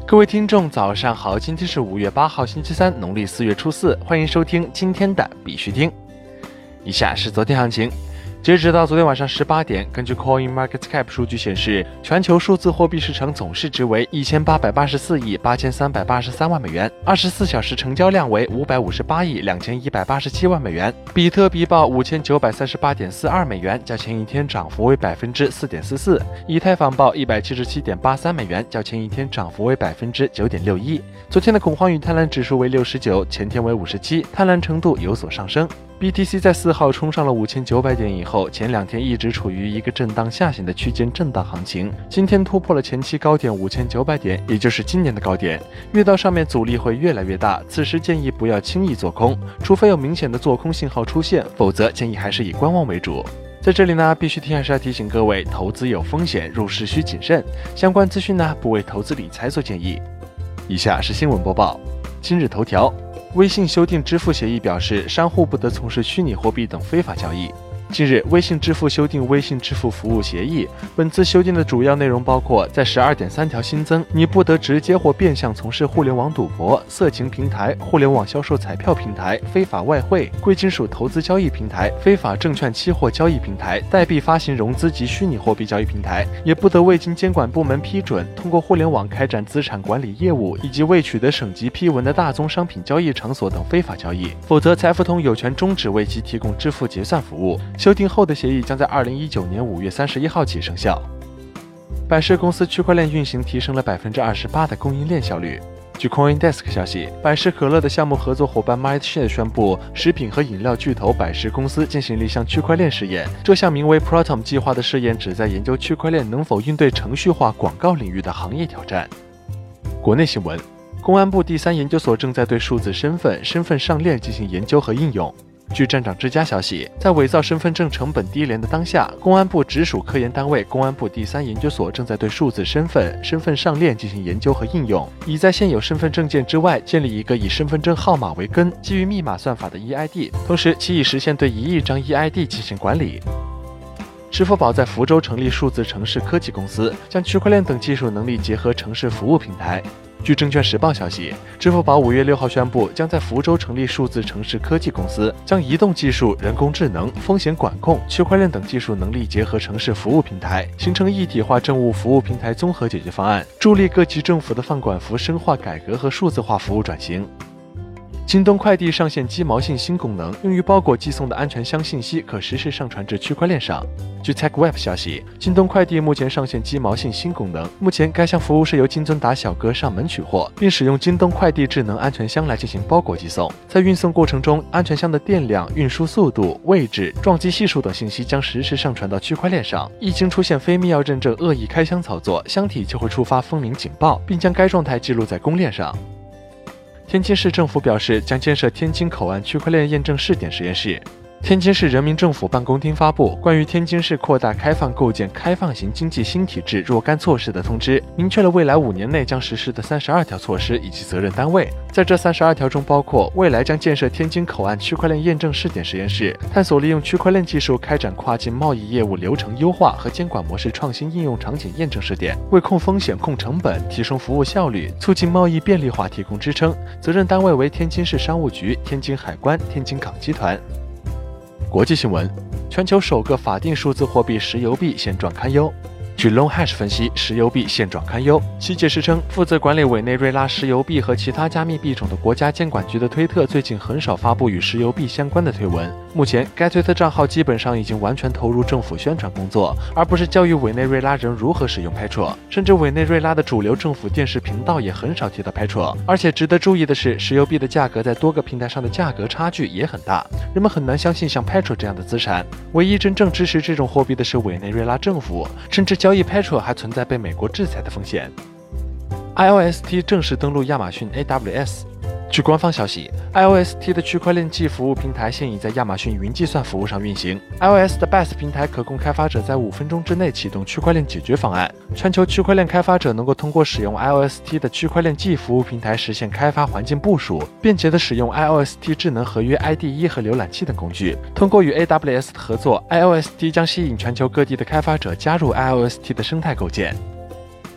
各位听众，早上好！今天是5月8号，星期三，农历4月初4，欢迎收听今天的必须听。以下是昨天行情。截止到昨天晚上18点，根据 CoinMarketCap 数据显示，全球数字货币市场总市值为1884亿8383万美元，24小时成交量为558亿2187万美元。比特币报5938.42美元，较前一天涨幅为4.44%；以太坊报177.83美元，较前一天涨幅为9.61%。昨天的恐慌与贪婪指数为69，前天为57，贪婪程度有所上升。BTC 在4号冲上了5900点以后，前2天一直处于一个震荡下行的区间震荡行情，今天突破了前期高点5900点，也就是今年的高点，越到上面阻力会越来越大，此时建议不要轻易做空，除非有明显的做空信号出现，否则建议还是以观望为主。在这里呢，必须还是要提醒各位，投资有风险，入市需谨慎，相关资讯呢不为投资理财所建议。以下是新闻播报。今日头条，微信修订支付协议表示，商户不得从事虚拟货币等非法交易。近日，微信支付修订微信支付服务协议，本次修订的主要内容包括在12.3条新增，你不得直接或变相从事互联网赌博、色情平台、互联网销售彩票平台、非法外汇、贵金属投资交易平台、非法证券期货交易平台、代币发行融资及虚拟货币交易平台，也不得未经监管部门批准，通过互联网开展资产管理业务，以及未取得省级批文的大宗商品交易场所等非法交易，否则财付通有权终止为其提供支付结算服务。修订后的协议将在2019年5月31号起生效。百事公司区块链运行提升了28%的供应链效率。据 CoinDesk 消息，百事可乐的项目合作伙伴 Mindshare 宣布，食品和饮料巨头百事公司进行了一项区块链试验。这项名为 Protom 计划的试验旨在研究区块链能否应对程序化广告领域的行业挑战。国内新闻，公安部第3研究所正在对数字身份上链进行研究和应用。据站长之家消息，在伪造身份证成本低廉的当下，公安部直属科研单位公安部第3研究所正在对数字身份上链进行研究和应用，以在现有身份证件之外建立一个以身份证号码为根、基于密码算法的 EID， 同时其已实现对1亿张 EID 进行管理。支付宝在福州成立数字城市科技公司，将区块链等技术能力结合城市服务平台。据证券时报消息，支付宝5月6号宣布，将在福州成立数字城市科技公司，将移动技术、人工智能、风险管控、区块链等技术能力结合城市服务平台，形成一体化政务服务平台综合解决方案，助力各级政府的放管服深化改革和数字化服务转型。京东快递上线鸡毛信新功能，用于包裹寄送的安全箱信息可实时上传至区块链上。据 TechWeb 消息，京东快递目前上线鸡毛信新功能，目前该项服务是由金尊达小哥上门取货，并使用京东快递智能安全箱来进行包裹寄送。在运送过程中，安全箱的电量、运输速度、位置、撞击系数等信息将实时上传到区块链上，一经出现非密钥认证恶意开箱操作，箱体就会触发风铃警报，并将该状态记录在公链上。天津市政府表示，将建设天津口岸区块链验证试点实验室。天津市人民政府办公厅发布关于天津市扩大开放构建开放型经济新体制若干措施的通知，明确了未来5年内将实施的32条措施以及责任单位。在这32条中，包括未来将建设天津口岸区块链验证试点实验室，探索利用区块链技术开展跨境贸易业务流程优化和监管模式创新应用场景验证试点，为控风险、控成本、提升服务效率、促进贸易便利化提供支撑。责任单位为天津市商务局、天津海关、天津港集团。国际新闻，全球首个法定数字货币石油币现状堪忧。据 LongHash 分析，石油币现状堪忧。其解释称，负责管理委内瑞拉石油币和其他加密币种的国家监管局的推特最近很少发布与石油币相关的推文。目前，该推特账号基本上已经完全投入政府宣传工作，而不是教育委内瑞拉人如何使用 Petro。甚至委内瑞拉的主流政府电视频道也很少提到 Petro。而且值得注意的是，石油币的价格在多个平台上的价格差距也很大，人们很难相信像 Petro 这样的资产。唯一真正支持这种货币的是委内瑞拉政府，甚至交易 Petro 还存在被美国制裁的风险。IOST 正式登陆亚马逊 AWS。据官方消息 ，IOST 的区块链技服务平台现已在亚马逊云计算服务上运行。iOS 的 Base 平台可供开发者在5分钟之内启动区块链解决方案。全球区块链开发者能够通过使用 IOST 的区块链技服务平台实现开发环境部署，便捷地使用 IOST 智能合约 IDE 和浏览器等工具。通过与 AWS 的合作 ，IOST 将吸引全球各地的开发者加入 IOST 的生态构建。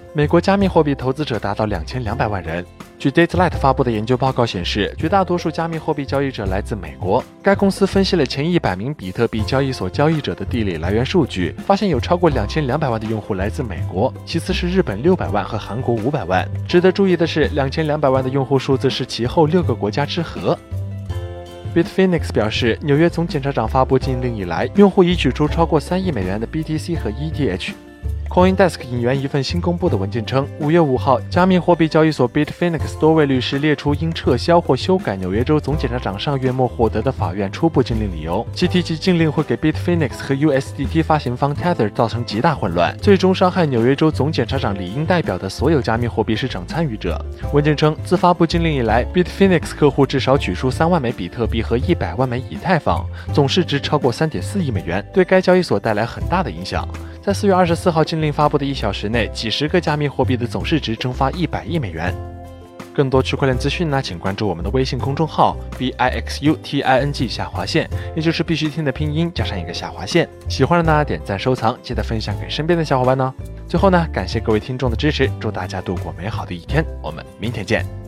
美国加密货币投资者达到2200万人。据 Datelight 发布的研究报告显示，绝大多数加密货币交易者来自美国。该公司分析了前100名比特币交易所交易者的地理来源数据，发现有超过2200万的用户来自美国，其次是日本600万和韩国500万。值得注意的是，2200万的用户数字是其后6个国家之和。Bitfinex 表示，纽约总检察长发布禁令以来，用户已取出超过3亿美元的 BTC 和 ETH。CoinDesk 引援一份新公布的文件称，5月5号，加密货币交易所 Bitfinex 多位律师列出应撤销或修改纽约州总检察长上月末获得的法院初步禁令理由，其提及禁令会给 Bitfinex 和 USDT 发行方 Tether 造成极大混乱，最终伤害纽约州总检察长理应代表的所有加密货币市场参与者。文件称，自发布禁令以来 ，Bitfinex 客户至少取出3万枚比特币和100万枚以太坊，总市值超过3.4亿美元，对该交易所带来很大的影响。在4月24号禁令发布的1小时内，几十个加密货币的总市值蒸发100亿美元。更多区块链资讯呢，请关注我们的微信公众号 BIXUTING_，也就是必须听的拼音加上一个下划线。喜欢的呢，点赞收藏，记得分享给身边的小伙伴呢。最后呢，感谢各位听众的支持，祝大家度过美好的一天，我们明天见。